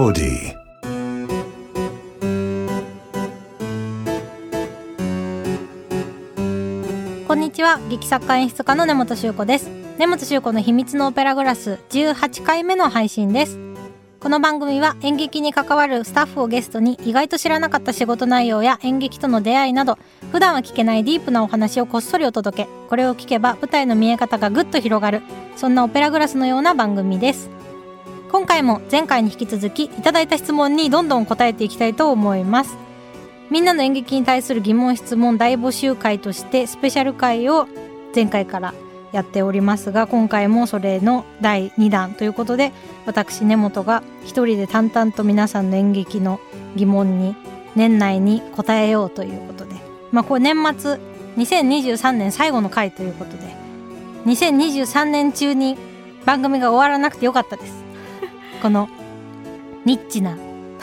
Melody. こんにちは、劇作家演出家の根本修子です。根本修子の秘密のオペラグラス18回目の配信です。この番組は演劇に関わるスタッフをゲストに意外と知らなかった仕事内容や演劇との出会いなど普段は聞けないディープなお話をこっそりお届け、これを聞けば舞台の見え方がぐっと広がる、そんなオペラグラスのような番組です。今回も前回に引き続きいただいた質問にどんどん答えていきたいと思います。みんなの演劇に対する疑問質問大募集会としてスペシャル会を前回からやっておりますが、今回もそれの第2弾ということで、私根本が一人で淡々と皆さんの演劇の疑問に年内に答えようということで、これ年末2023年最後の回ということで、2023年中に番組が終わらなくてよかったです。このニッチな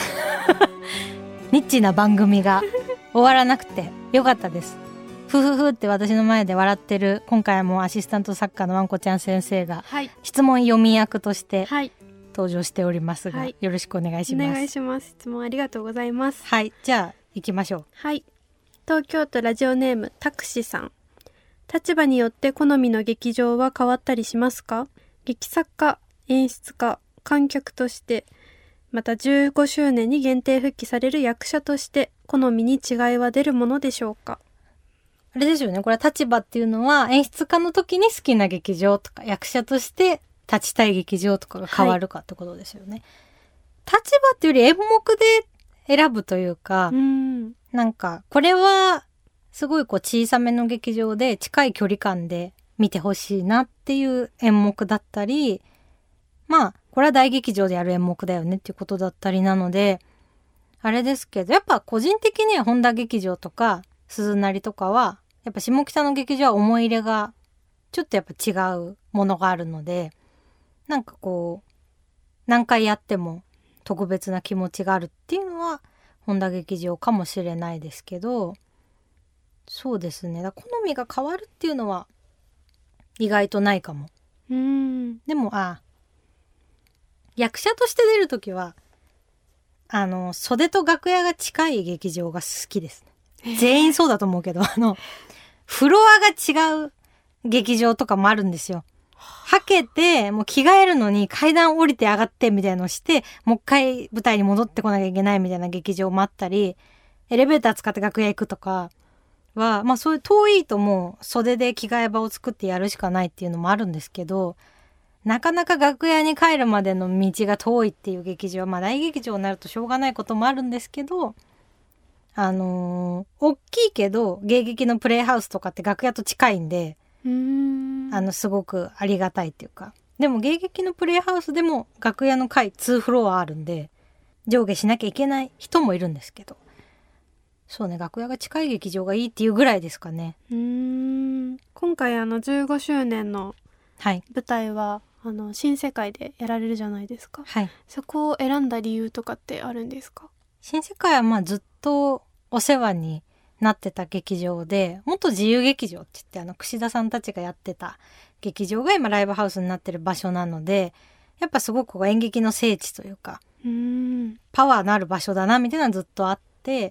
ニッチな番組が終わらなくてよかったです。ふふふって私の前で笑ってる今回もアシスタント作家のわんこちゃん先生が、質問読み役として登場しておりますが、よろしくお願いします。 お願いします。質問ありがとうございます。 はい、じゃあ行きましょう。 はい、東京都ラジオネームタクシさん。立場によって好みの劇場は変わったりしますか？劇作家、演出家、観客として、また15周年に限定復帰される役者として好みに違いは出るものでしょうか？ あれですよね、これは立場っていうのは演出家の時に好きな劇場とか役者として立ちたい劇場とかが変わるかってことですよね。立場っていうより演目で選ぶというか、なんかこれはすごいこう小さめの劇場で近い距離感で見てほしいなっていう演目だったり、これは大劇場でやる演目だよねっていうことだったりなので、あれですけど、やっぱ個人的には本田劇場とか鈴なりとかはやっぱ下北の劇場は思い入れがちょっとやっぱ違うものがあるので、なんかこう何回やっても特別な気持ちがあるっていうのは本田劇場かもしれないですけど、そうですね、好みが変わるっていうのは意外とないかも。でも役者として出るときは袖と楽屋が近い劇場が好きですね。全員そうだと思うけど、フロアが違う劇場とかもあるんですよ。はけてもう着替えるのに階段降りて上がってみたいのをして、もう一回舞台に戻ってこなきゃいけないみたいな劇場もあったり、エレベーター使って楽屋行くとかはそういう遠いともう袖で着替え場を作ってやるしかないっていうのもあるんですけど、なかなか楽屋に帰るまでの道が遠いっていう劇場は、大劇場になるとしょうがないこともあるんですけど、大きいけど芸劇のプレイハウスとかって楽屋と近いんで、すごくありがたいっていうか、でも芸劇のプレイハウスでも楽屋の階2フロアあるんで上下しなきゃいけない人もいるんですけど、そうね、楽屋が近い劇場がいいっていうぐらいですかね。 今回15周年の舞台は、新世界でやられるじゃないですか。そこを選んだ理由とかってあるんですか？ 新世界はずっとお世話になってた劇場で、元自由劇場って言って串田さんたちがやってた劇場が今ライブハウスになってる場所なので、やっぱすごく演劇の聖地というかパワーのある場所だなみたいなのずっとあって、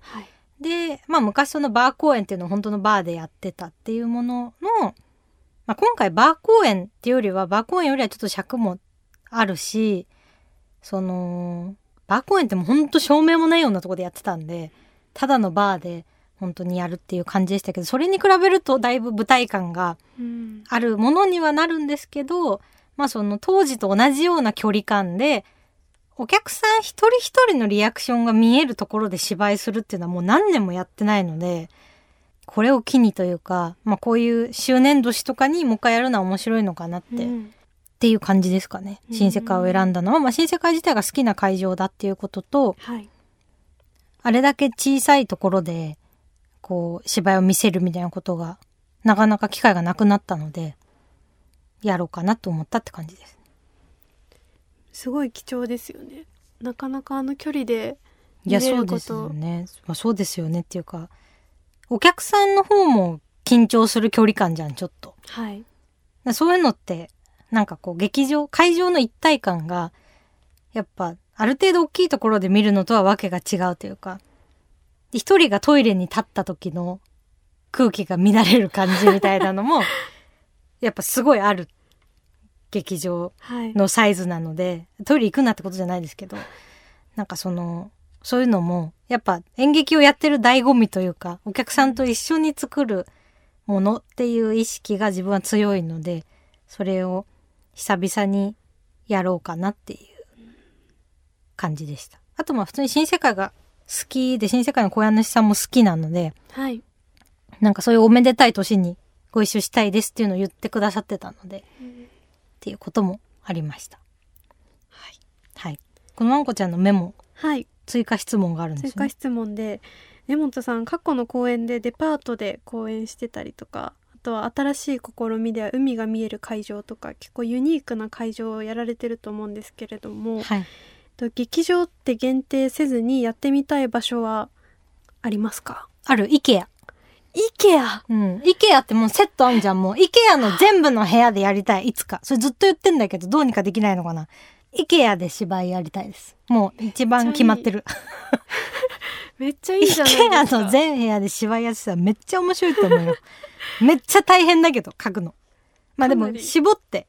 で、昔そのバー公演っていうのを本当のバーでやってたっていうものの、今回バー公演っていうよりは、バー公演よりはちょっと尺もあるし、バー公演ってもうほんと照明もないようなとこでやってたんで、ただのバーで本当にやるっていう感じでしたけど、それに比べるとだいぶ舞台感があるものにはなるんですけど、その当時と同じような距離感でお客さん一人一人のリアクションが見えるところで芝居するっていうのはもう何年もやってないので、これを機にというか、こういう周年年とかにもう一回やるのは面白いのかなって、っていう感じですかね。新世界を選んだのは、新世界自体が好きな会場だっていうことと、あれだけ小さいところでこう芝居を見せるみたいなことがなかなか機会がなくなったので、やろうかなと思ったって感じです。 すごい貴重ですよね。なかなか距離で見れること。 そうですよね。そうですよねっていうか、お客さんの方も緊張する距離感じゃん、ちょっと。そういうのってなんかこう劇場会場の一体感がやっぱある程度大きいところで見るのとはわけが違うというか、一人がトイレに立った時の空気が乱れる感じみたいなのもやっぱすごいある劇場のサイズなので、トイレ行くなってことじゃないですけど、なんかそういうのもやっぱ演劇をやってる醍醐味というか、お客さんと一緒に作るものっていう意識が自分は強いので、それを久々にやろうかなっていう感じでした。あと普通に新世界が好きで、新世界の小屋主さんも好きなので、 はい、 なんかそういうおめでたい年にご一緒したいですっていうのを言ってくださってたので、っていうこともありました。はい、はい、このワンコちゃんのメモ、 はい、 追加質問があるんですよね。 追加質問で、根本さん過去の公演でデパートで公演してたりとか、あとは新しい試みでは海が見える会場とか、結構ユニークな会場をやられてると思うんですけれども、 はい、 劇場って限定せずにやってみたい場所はありますか？ ある。IKEA。 IKEA。 IKEA ってもうセットあんじゃん。もう IKEA の全部の部屋でやりたい。いつか。それずっと言ってんだけど、どうにかできないのかな。IKEA で芝居やりたいです。もう一番決まってる。 めっちゃいいじゃないですか。 IKEA の全部屋で芝居やってたらめっちゃ面白いと思うよ。めっちゃ大変だけど、書くの。まあでも絞って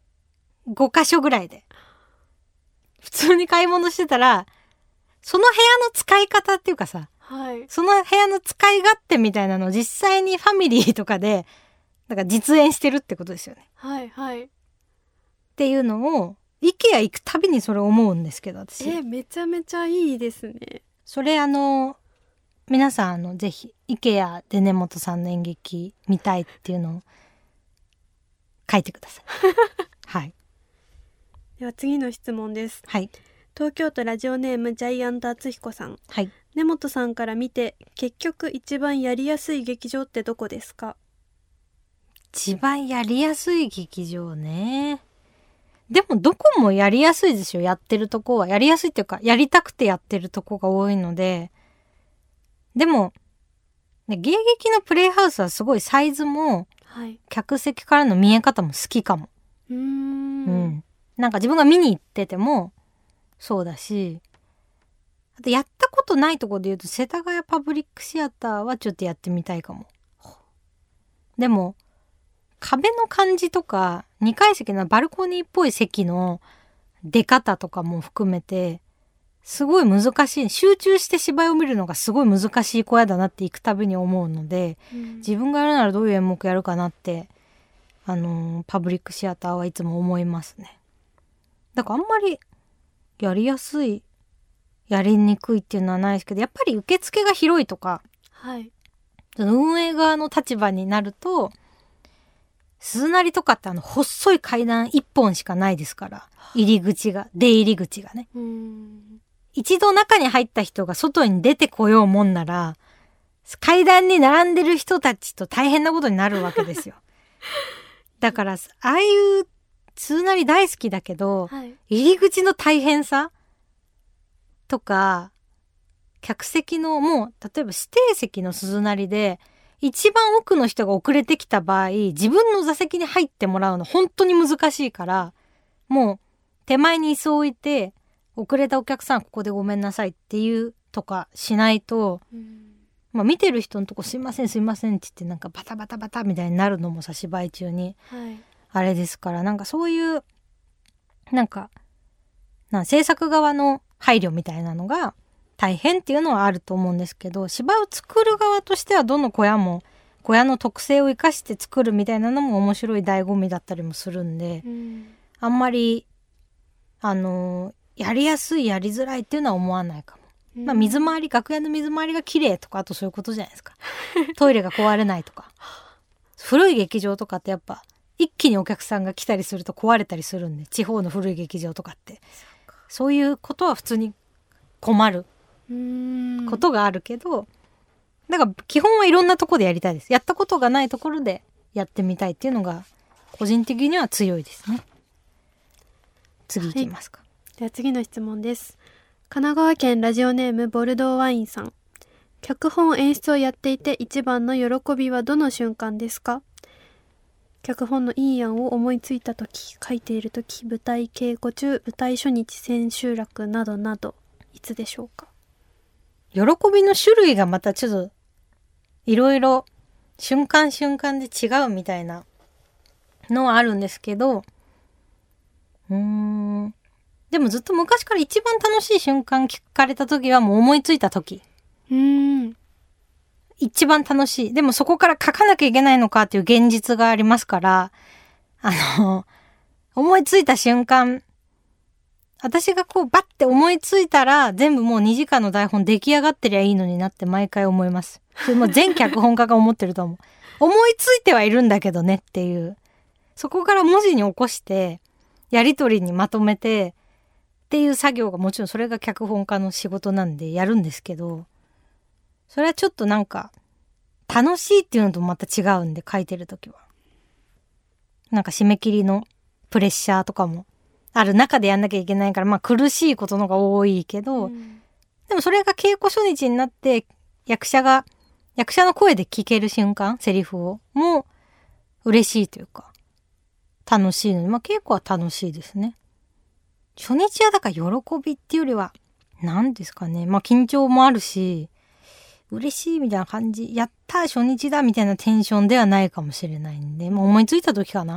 5箇所ぐらいで。普通に買い物してたら、その部屋の使い方っていうかさ、 はい、 その部屋の使い勝手みたいなのを実際にファミリーとかでなんか実演してるってことですよね。 はいはい。 っていうのを IKEA 行くたびにそれ思うんですけど、私。 めちゃめちゃいいですね。 それ皆さんぜひ IKEA で根本さんの演劇見たいっていうのを書いてください。はい。 では次の質問です。 はい。 東京都ラジオネームジャイアント厚彦さん。 はい。 根本さんから見て結局一番やりやすい劇場ってどこですか？ 一番やりやすい劇場ね。でもどこもやりやすいですよ。やってるとこはやりやすいっていうか、やりたくてやってるとこが多いので。でも、ね、芸劇のプレイハウスはすごいサイズも、 はい、 客席からの見え方も好きかも。なんか自分が見に行っててもそうだし、あとやったことないところで言うと世田谷パブリックシアターはちょっとやってみたいかも。でも壁の感じとか2階席のバルコニーっぽい席の出方とかも含めてすごい難しい。集中して芝居を見るのがすごい難しい小屋だなって行くたびに思うので、自分がやるならどういう演目やるかなってパブリックシアターはいつも思いますね。だからあんまりやりやすいやりにくいっていうのはないですけど、やっぱり受付が広いとか、 はい、 その運営側の立場になると、鈴なりとかって細い階段1本しかないですから、出入り口がね。一度中に入った人が外に出てこようもんなら、階段に並んでる人たちと大変なことになるわけですよ。だからああいう鈴なり大好きだけど、 はい、 入り口の大変さとか、客席のもう例えば指定席の鈴なりで一番奥の人が遅れてきた場合、自分の座席に入ってもらうの本当に難しいから、もう手前に椅子を置いて遅れたお客さんここでごめんなさいっていうとかしないと、見てる人のとこすいませんって言ってなんかバタバタバタみたいになるのもさ、芝居中に、 はい、 あれですから、なんかそういう制作側の配慮みたいなのが大変っていうのはあると思うんですけど、芝居を作る側としてはどの小屋も小屋の特性を生かして作るみたいなのも面白い醍醐味だったりもするんで、あんまりやりやすいやりづらいっていうのは思わないかも。楽屋の水回りが綺麗とか、あとそういうことじゃないですか。トイレが壊れないとか。古い劇場とかってやっぱ一気にお客さんが来たりすると壊れたりするんで、地方の古い劇場とかってそういうことは普通に困ることがあるけど、だから基本はいろんなところでやりたいです。やったことがないところでやってみたいっていうのが個人的には強いですね。次いきますか。 はい、では次の質問です。神奈川県ラジオネームボルドーワインさん。脚本演出をやっていて一番の喜びはどの瞬間ですか？ 脚本のいい案を思いついた時、書いている時、舞台稽古中、舞台初日、千秋楽などなど、いつでしょうか？ 喜びの種類がまたちょっといろいろ瞬間瞬間で違うみたいなのはあるんですけど、でもずっと昔から一番楽しい瞬間聞かれた時はもう思いついた時。一番楽しい。でもそこから書かなきゃいけないのかっていう現実がありますから、思いついた瞬間、私がこうバッて思いついたら全部もう2時間の台本出来上がってりゃいいのになって毎回思います。それも全脚本家が思ってると思う。思いついてはいるんだけどねっていう。そこから文字に起こして、やりとりにまとめてっていう作業がもちろんそれが脚本家の仕事なんでやるんですけど、それはちょっとなんか楽しいっていうのとまた違うんで書いてるときは。なんか締め切りのプレッシャーとかもある中でやんなきゃいけないから、まあ苦しいことのが多いけど、でもそれが稽古初日になって役者の声で聞ける瞬間、セリフを、もう嬉しいというか、楽しいので、まあ稽古は楽しいですね。初日はだから喜びっていうよりは、何ですかね。まあ緊張もあるし、嬉しいみたいな感じ、やったー初日だみたいなテンションではないかもしれないんで、もう思いついた時かな。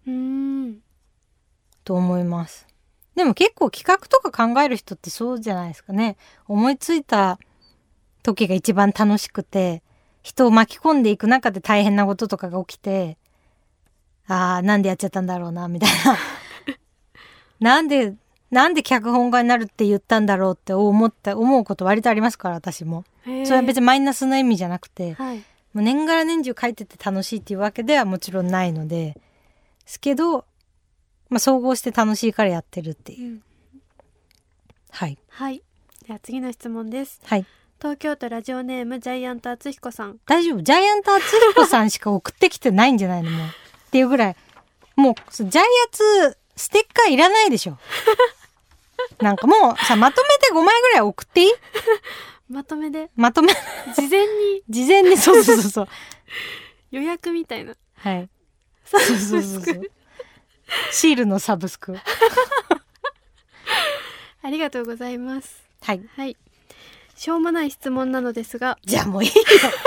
と思います。でも結構企画とか考える人ってそうじゃないですかね。思いついた時が一番楽しくて、人を巻き込んでいく中で大変なこととかが起きて、なんでやっちゃったんだろうなみたいな。なんで脚本家になるって言ったんだろうって思うこと割とありますから、私も。それは別にマイナスの意味じゃなくて、もう年がら年中書いてて楽しいっていうわけではもちろんないので、ですけど、まあ総合して楽しいからやってるっていう。はい。 はい。では次の質問です。 はい。 東京都ラジオネームジャイアント厚彦さん。 大丈夫？ジャイアント厚彦さんしか送ってきてないんじゃないのもう。っていうぐらい。もう、ジャイアツステッカーいらないでしょ。なんかもうさ、まとめて5枚ぐらい送っていい？ まとめでまとめ。 事前にそう。 予約みたいな。 はい。そう。シールのサブスク。 ありがとうございます。 はい。 はい。しょうもない質問なのですが。 じゃあもういいよ。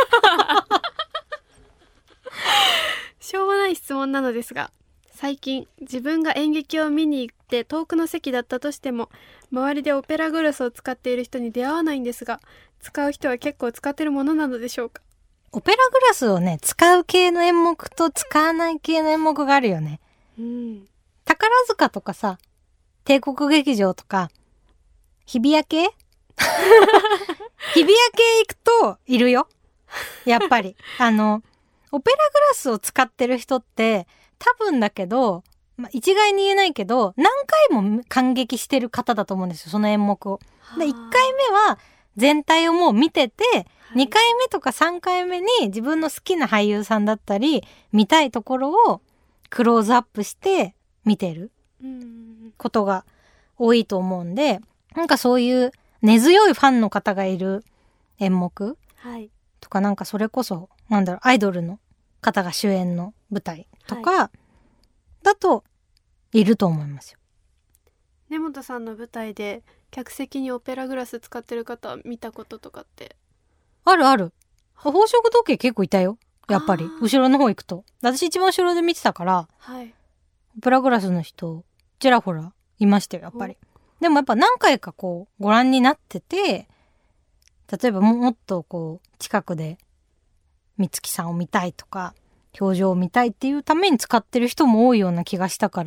しょうもない質問なのですが、最近自分が演劇を見に行って遠くの席だったとしても、周りでオペラグラスを使っている人に出会わないんですが、使う人は結構使ってるものなのでしょうか？ オペラグラスをね、使う系の演目と使わない系の演目があるよね。宝塚とかさ、帝国劇場とか、日比谷系日比谷系行くといるよ。やっぱり。オペラグラスを使ってる人って、多分だけど、一概に言えないけど、何回も感激してる方だと思うんですよ、その演目を。で、1回目は全体をもう見てて、2回目とか3回目に自分の好きな俳優さんだったり、見たいところをクローズアップして見てることが多いと思うんで、なんかそういう根強いファンの方がいる演目とか、なんかそれこそ、アイドルの方が主演の舞台とかだといると思いますよ。 根本さんの舞台で客席にオペラグラス使ってる方見たこととかって？ ある。宝飾時計結構いたよ。やっぱり後ろの方行くと。私一番後ろで見てたから、オペラグラスの人ちらほらいましたよ、やっぱり。でもやっぱ何回かこうご覧になってて、例えばもっとこう近くで美月さんを見たいとか表情を見たいっていうために使ってる人も多いような気がしたから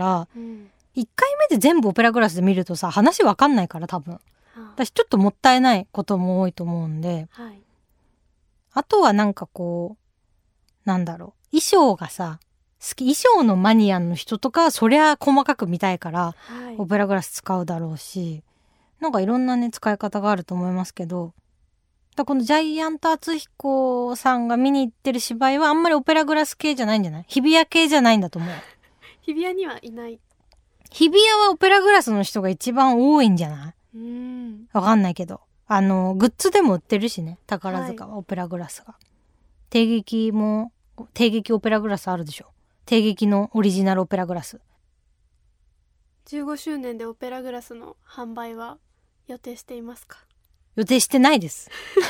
、1回目で全部オペラグラスで見るとさ、話わかんないから多分。私ちょっともったいないことも多いと思うんで、あとはなんかこう、衣装がさ、衣装のマニアの人とかそりゃ細かく見たいから、オペラグラス使うだろうし、なんかいろんなね使い方があると思いますけど、このジャイアント厚彦さんが見に行ってる芝居はあんまりオペラグラス系じゃないんじゃない？日比谷系じゃないんだと思う。 日比谷にはいない。 日比谷はオペラグラスの人が一番多いんじゃない？わかんないけど、グッズでも売ってるしね、宝塚はオペラグラスが。帝劇オペラグラスあるでしょ。 帝劇のオリジナルオペラグラス。 15周年でオペラグラスの販売は予定していますか？ 予定してないです。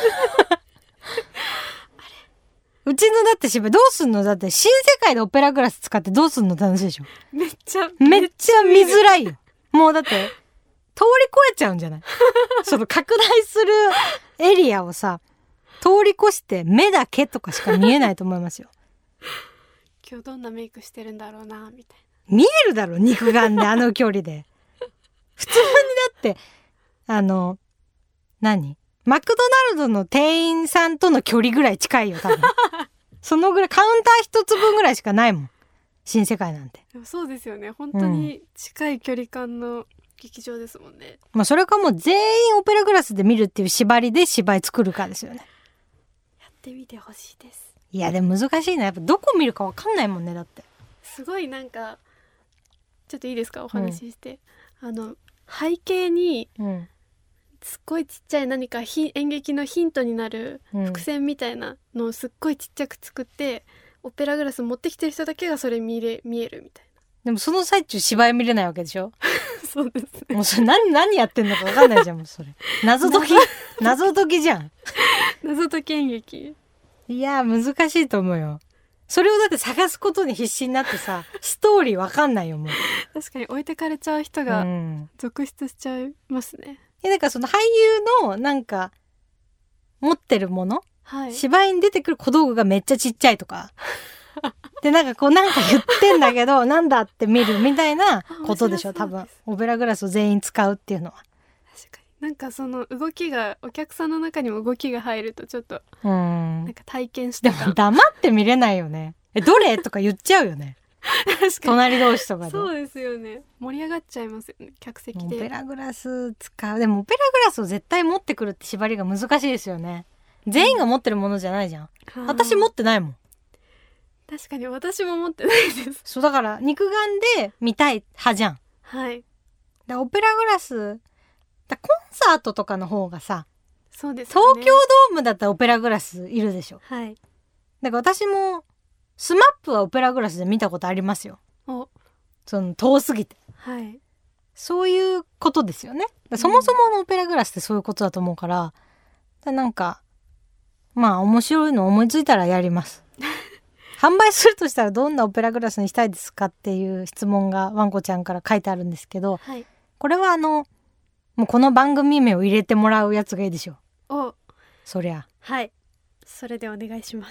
うちのだって芝居どうすんの？だって新世界でオペラグラス使ってどうすんのって話でしょ。めっちゃ見づらいよ。もうだって通り越えちゃうんじゃない？その拡大するエリアをさ、通り越して目だけとかしか見えないと思いますよ。 今日どんなメイクしてるんだろうなみたいな。見えるだろ、肉眼であの距離で。普通にだって何？マクドナルドの店員さんとの距離ぐらい近いよ、多分。そのぐらい、カウンター一つ分ぐらいしかないもん。新世界なんて。 でもそうですよね。本当に近い距離感の劇場ですもんね。 まあそれかもう全員オペラグラスで見るっていう縛りで芝居作るかですよね。 やってみてほしいです。 いやでも難しいな。やっぱどこ見るかわかんないもんね、だって。 すごいなんか、ちょっといいですか、お話しして。背景に、すっごいちっちゃい何か演劇のヒントになる伏線みたいなのをすっごいちっちゃく作って、オペラグラス持ってきてる人だけがそれ見えるみたいな。 でもその最中芝居見れないわけでしょ。 そうですね。 もうそれ何やってんのか分かんないじゃん。もうそれ謎解きじゃん。 謎解き演劇。 いや難しいと思うよ。それをだって探すことに必死になってさ、ストーリー分かんないよもう。 確かに置いてかれちゃう人が続出しちゃいますね。 なんかその俳優のなんか持ってるもの、 はい、 芝居に出てくる小道具がめっちゃちっちゃいとかでなんかこうなんか言ってんだけどなんだって見るみたいなことでしょ多分。オペラグラスを全員使うっていうのは。 確かになんかその動きがお客さんの中にも動きが入るとちょっとなんか体験してでも黙って見れないよね。どれとか言っちゃうよね。隣同士とかで。 そうですよね。盛り上がっちゃいますよね、客席で。 オペラグラス使う。でもオペラグラスを絶対持ってくるって縛りが難しいですよね。全員が持ってるものじゃないじゃん。私持ってないもん。 確かに私も持ってないです。 そうだから肉眼で見たい派じゃん。 はい。 だオペラグラスコンサートとかの方がさ、 そうですね、 東京ドームだったらオペラグラスいるでしょ。 はい。 だから私もスマップはオペラグラスで見たことありますよ。その遠すぎて。 はい。 そういうことですよね。そもそものオペラグラスってそういうことだと思うから、なんかまあ面白いの思いついたらやります。販売するとしたらどんなオペラグラスにしたいですかっていう質問がワンコちゃんから書いてあるんですけど、 はい、 これはもうこの番組名を入れてもらうやつがいいでしょう。 そりゃ。はい。 それでお願いします。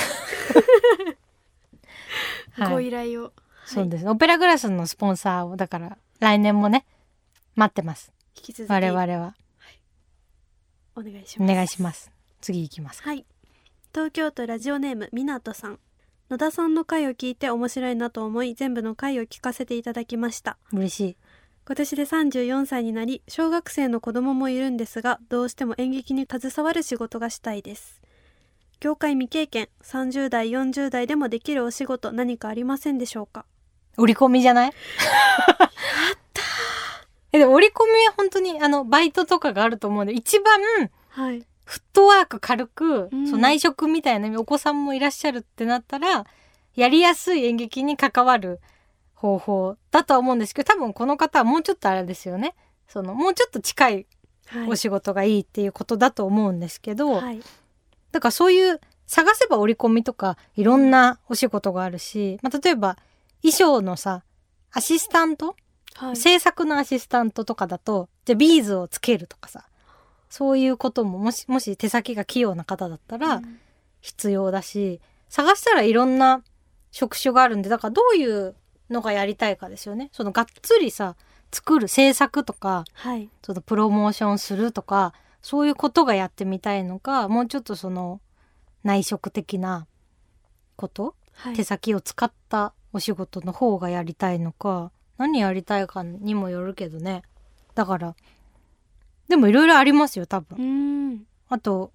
はい、 ご依頼を。 そうですね。オペラグラスのスポンサーをだから来年もね待ってます。 引き続き我々は、 はい、お願いします。 お願いします。次行きます。 はい。東京都ラジオネームみなとさん。野田さんの回を聞いて面白いなと思い全部の回を聞かせていただきました。 嬉しい。 今年で34歳になり小学生の子供もいるんですがどうしても演劇に携わる仕事がしたいです。業界未経験30代40代でもできるお仕事何かありませんでしょうか？ 折り込みじゃない？あったでも折り込みは本当にバイトとかがあると思うんで一番、 はい、 フットワーク軽く、そう内職みたいなお子さんもいらっしゃるってなったらやりやすい演劇に関わる方法だとは思うんですけど多分この方はもうちょっとあれですよね。もうちょっと近いお仕事がいいっていうことだと思うんですけど、 はい、 だからそういう探せば折り込みとかいろんなお仕事があるし、例えば衣装のさアシスタント、はい、制作のアシスタントとかだとじゃあビーズをつけるとかさそういうことももし手先が器用な方だったら必要だし、探したらいろんな職種があるんでだからどういうのがやりたいかですよね。がっつりさ作る制作とか、 はい、 プロモーションするとかそういうことがやってみたいのかもうちょっと内職的なこと、はい、手先を使ったお仕事の方がやりたいのか何やりたいかにもよるけどね。だからでもいろいろありますよ多分。あと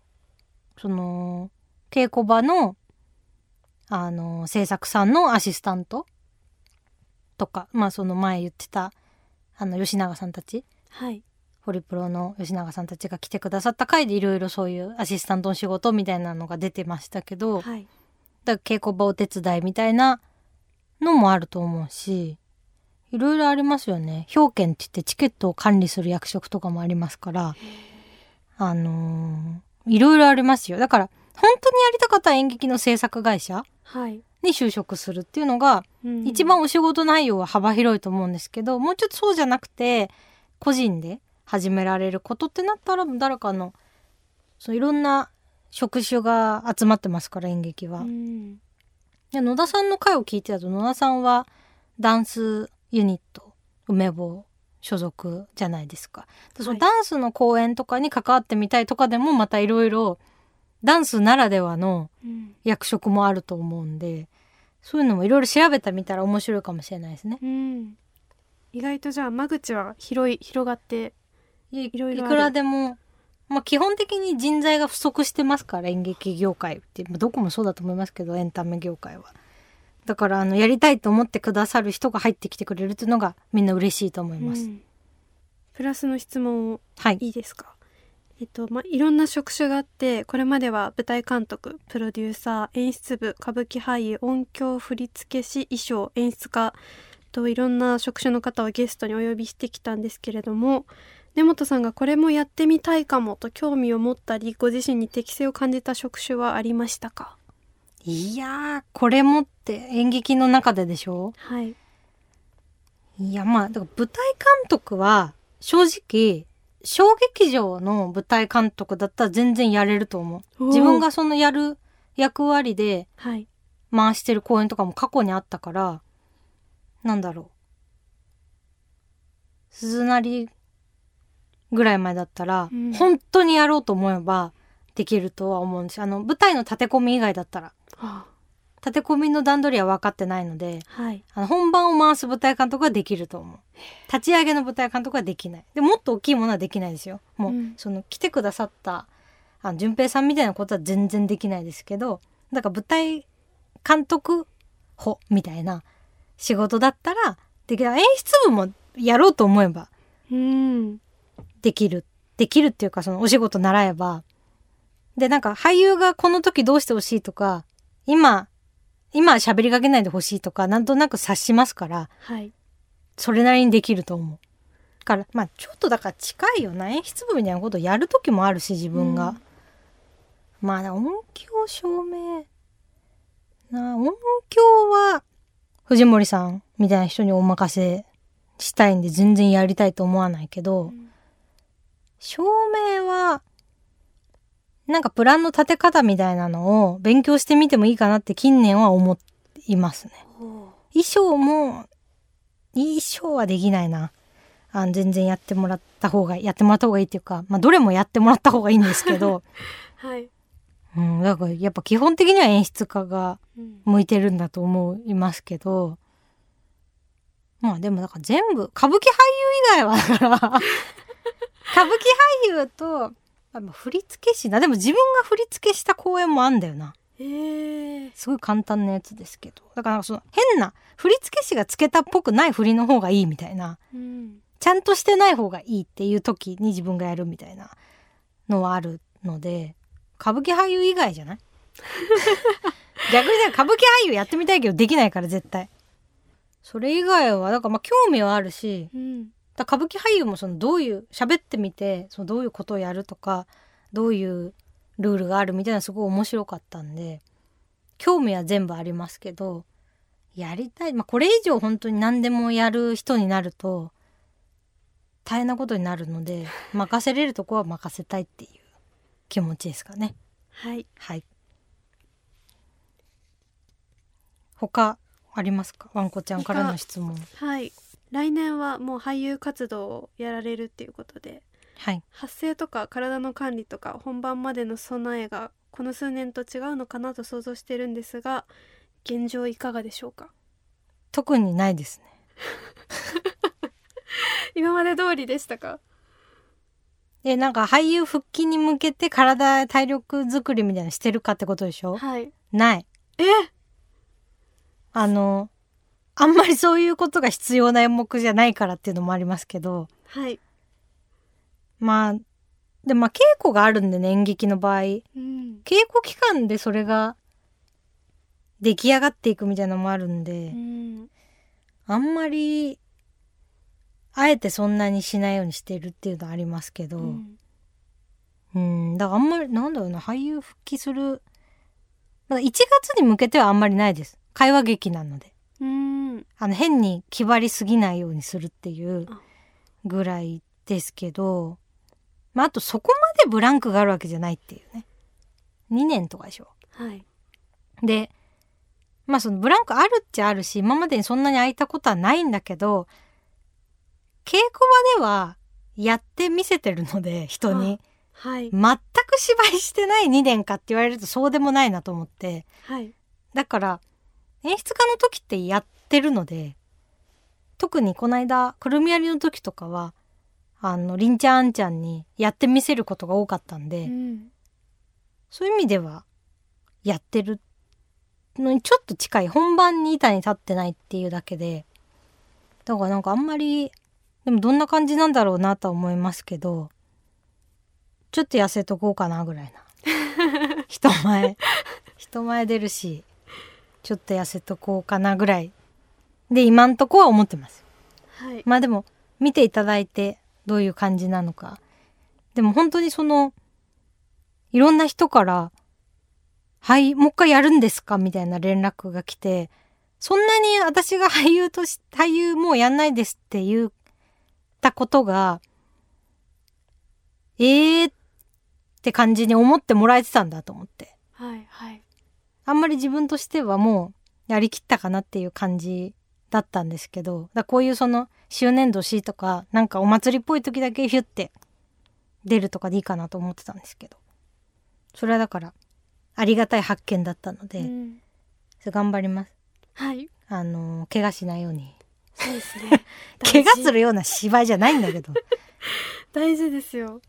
稽古場の制作さんのアシスタントとか前言ってた吉永さんたち、 はい、 ホリプロの吉永さんたちが来てくださった回でいろいろそういうアシスタントの仕事みたいなのが出てましたけど、 はい、 だから稽古場お手伝いみたいなのもあると思うし、いろいろありますよね。表券って言ってチケットを管理する役職とかもありますから、いろいろありますよ。だから本当にやりたかった演劇の制作会社に就職するっていうのが、一番お仕事内容は幅広いと思うんですけど、もうちょっとそうじゃなくて個人で始められることってなったら、誰かのそういろんな職種が集まってますから、演劇は。で、野田さんの回を聞いてたと、野田さんはダンスユニット梅坊所属じゃないですか。で、そのダンスの公演とかに関わってみたいとかでも、またいろいろダンスならではの役職もあると思うんで、そういうのもいろいろ調べてみたら面白いかもしれないですね。 意外とじゃあ間口は広がっていろいろある。 いくらでも、基本的に人材が不足してますから、演劇業界って、どこもそうだと思いますけど、エンタメ業界は。だからやりたいと思ってくださる人が入ってきてくれるっていうのがみんな嬉しいと思います。 プラスの質問をいいですか？いろんな職種があって、これまでは舞台監督、プロデューサー、演出部、歌舞伎俳優、音響振付師、衣装、演出家といろんな職種の方をゲストにお呼びしてきたんですけれども、根本さんがこれもやってみたいかもと興味を持ったり、ご自身に適性を感じた職種はありましたか？ いやー、これもって演劇の中ででしょ？ はい。 いや、だから舞台監督は正直小劇場の舞台監督だったら全然やれると思う。自分がそのやる役割で回してる公演とかも過去にあったから、なんだろう、鈴なりぐらい前だったら、本当にやろうと思えばできるとは思うんですよ。舞台の立て込み以外だったら、立て込みの段取りは分かってないので、本番を回す舞台監督はできると思う。立ち上げの舞台監督はできない。でもっと大きいものはできないですよ。もう、その来てくださった順平さんみたいなことは全然できないですけど、だから舞台監督補みたいな仕事だったらできる。演出部もやろうと思えばできるっていうか、そのお仕事習えば。で、なんか俳優がこの時どうしてほしいとか、今喋りかけないでほしいとか、なんとなく察しますから、それなりにできると思う。だからちょっとだから近いよな。演出部みたいなことをやる時もあるし、自分が。音響照明音響は藤森さんみたいな人にお任せしたいんで全然やりたいと思わないけど、照明はなんかプランの立て方みたいなのを勉強してみてもいいかなって近年は思いますね。衣装はできないな。全然やってもらった方がいいっていうか、どれもやってもらった方がいいんですけど、だからやっぱ基本的には演出家が向いてるんだと思いますけど、でもだから全部歌舞伎俳優以外はだから歌舞伎俳優と振付師な。でも自分が振付した公演もあんだよな。すごい簡単なやつですけど、だからその変な振付師がつけたっぽくない振りの方がいいみたいな、ちゃんとしてない方がいいっていう時に自分がやるみたいなのはあるので、歌舞伎俳優以外じゃない？逆に歌舞伎俳優やってみたいけどできないから絶対。それ以外はだから興味はあるし、だ歌舞伎俳優もそのどういう喋ってみて、そのどういうことをやるとか、どういうルールがあるみたいなすごい面白かったんで、興味は全部ありますけど、やりたい、これ以上本当に何でもやる人になると大変なことになるので、任せれるとこは任せたいっていう気持ちですかね。 はい。 他ありますか？わんこちゃんからの質問。 来年はもう俳優活動をやられるっていうことで、発声とか体の管理とか本番までの備えがこの数年と違うのかなと想像してるんですが、現状いかがでしょうか？ 特にないですね。 今まで通りでしたか？ なんか俳優復帰に向けて体力みたいなしてるかってことでしょ？ない。あんまりそういうことが必要な演目じゃないからっていうのもありますけど、で稽古があるんでね、演劇の場合、稽古期間でそれが出来上がっていくみたいなのもあるんで、あんまりあえてそんなにしないようにしてるっていうのはありますけど、だからあんまりなんだろうな、俳優復帰する1月に向けてはあんまりないです。会話劇なので、変に気張りすぎないようにするっていうぐらいですけど、あとそこまでブランクがあるわけじゃないっていうね。2年とかでしょ。 はい。 で、そのブランクあるっちゃあるし、今までにそんなに空いたことはないんだけど、稽古場ではやってみせてるので、人に。 はい。 全く芝居してない2年かって言われるとそうでもないなと思って。 はい。 だから、演出家の時ってやってるので、特にこの間、くるみ割りの時とかは、りんちゃんあんちゃんにやってみせることが多かったんで、そういう意味では、やってるのにちょっと近い、本番に板に立ってないっていうだけで、だからなんかあんまり、でもどんな感じなんだろうなとは思いますけど、ちょっと痩せとこうかなぐらいな。人前出るし、ちょっと痩せとこうかなぐらいで今んとこは思ってます。 はい。 でも見ていただいてどういう感じなのか。でも本当にいろんな人からはい、もう一回やるんですかみたいな連絡が来て、そんなに私が俳優もうやんないですって言ったことが、って感じに思ってもらえてたんだと思って。 はいはい。 あんまり自分としてはもうやりきったかなっていう感じだったんですけど、こういう周年年とか、なんかお祭りっぽい時だけヒュッて出るとかでいいかなと思ってたんですけど。それはだから、ありがたい発見だったので、それ頑張ります。 はい。 怪我しないように。 そうですね。 怪我するような芝居じゃないんだけど。 大事ですよ。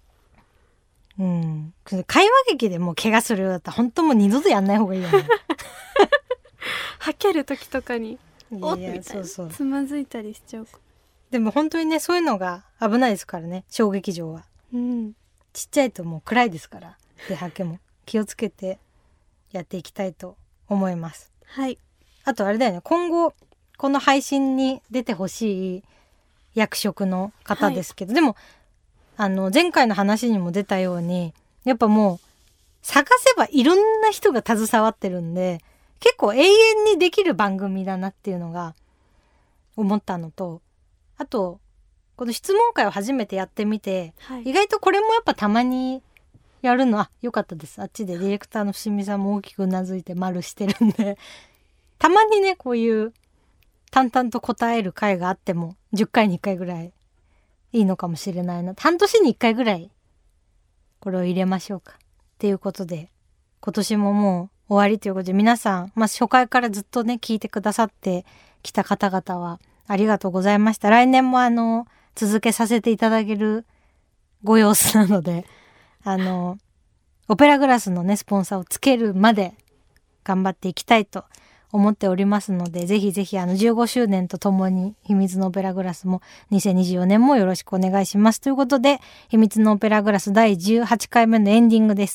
会話劇でもう怪我するようだったら本当もう二度とやんない方がいいよね。 はける時とかにおっみたいな、 そうつまずいたりしちゃう。 でも本当にね、そういうのが危ないですからね、小劇場は。ちっちゃいともう暗いですから、出はけも気をつけてやっていきたいと思います。 はい。 あとあれだよね、今後この配信に出てほしい役職の方ですけど、でも前回の話にも出たように、やっぱもう探せばいろんな人が携わってるんで、結構永遠にできる番組だなっていうのが思ったのと、あとこの質問会を初めてやってみて、意外とこれもやっぱたまにやるの、良かったです。あっちでディレクターの伏見さんも大きくうなずいて丸してるんで、たまにね、こういう淡々と答える回があっても10回に1回ぐらいいいのかもしれないな。半年に1回ぐらいこれを入れましょうかっていうことで、今年ももう終わりということで、皆さん、初回からずっとね聞いてくださってきた方々はありがとうございました。来年も続けさせていただけるご様子なので、オペラグラスのねスポンサーをつけるまで頑張っていきたいと思っておりますので、ぜひぜひ15周年とともに秘密のオペラグラスも2024年もよろしくお願いしますということで、秘密のオペラグラス第18回目のエンディングです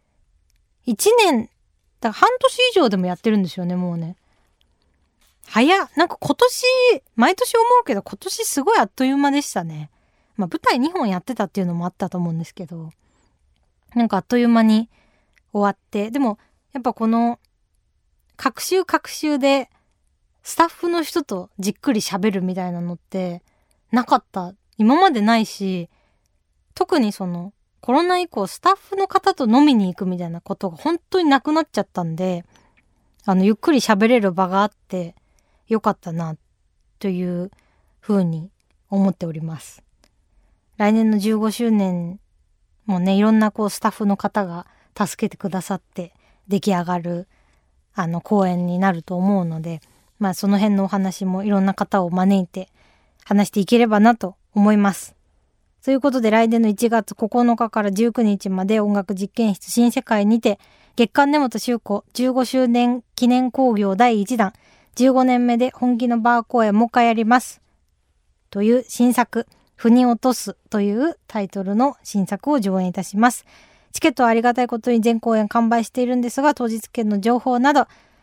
。1年だから半年以上でもやってるんですよね、もうね。なんか今年毎年思うけど、今年すごいあっという間でしたね。舞台2本やってたっていうのもあったと思うんですけど、なんかあっという間に終わって、でもやっぱこの各週でスタッフの人とじっくり喋るみたいなのってなかった。今までないし、特にコロナ以降スタッフの方と飲みに行くみたいなことが本当になくなっちゃったんで、ゆっくり喋れる場があってよかったなというふうに思っております。来年の15周年もね、いろんなスタッフの方が助けてくださって出来上がる公演になると思うので、その辺のお話もいろんな方を招いて話していければなと思います。ということで、来年の1月9日から19日まで音楽実験室新世界にて、月刊根本周子15周年記念興行第1弾、15年目で本気のバー公演もう一回やります。という新作、腑に落とすというタイトルの新作を上演いたします。チケットはありがたいことに全公演完売しているんですが、当日券の情報など、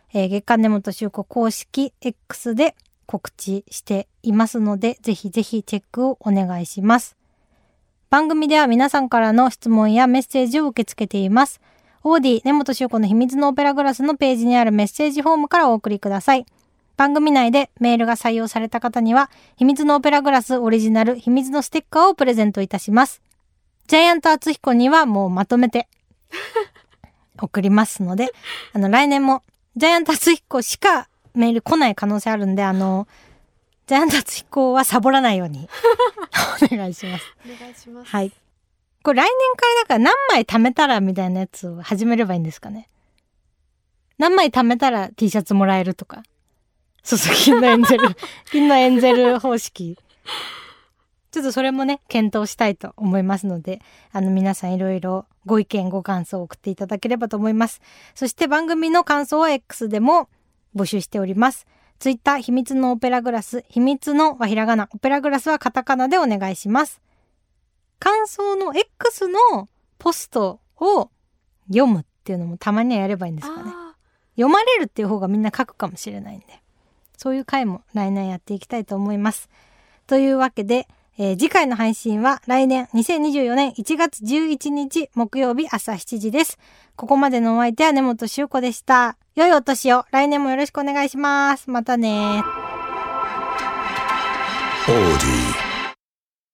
月刊根本周子公式 X で告知していますので、ぜひぜひチェックをお願いします。番組では皆さんからの質問やメッセージを受け付けています。オーディ根本周子の秘密のオペラグラスのページにあるメッセージフォームからお送りください。番組内でメールが採用された方には、秘密のオペラグラスオリジナル秘密のステッカーをプレゼントいたします。ジャイアント厚彦にはもうまとめて送りますので、来年もジャイアント厚彦しかメール来ない可能性あるんで、ジャイアント厚彦はサボらないようにお願いします。 お願いします。 はい。これ来年からだから何枚貯めたらみたいなやつを始めればいいんですかね。何枚貯めたら T シャツもらえるとか。そうそう、金のエンゼル方式。ちょっとそれもね、検討したいと思いますので、皆さんいろいろご意見ご感想を送っていただければと思います。そして番組の感想は X でも募集しております。Twitter 秘密のオペラグラス、秘密のはひらがな、オペラグラスはカタカナでお願いします。感想の X のポストを読むっていうのもたまにはやればいいんですかね。読まれるっていう方がみんな書くかもしれないんで、そういう回も来年やっていきたいと思います。というわけで、次回の配信は来年2024年1月11日木曜日朝7時です。ここまでのお相手は根本周子でした。良いお年を。来年もよろしくお願いします。またね。オーディ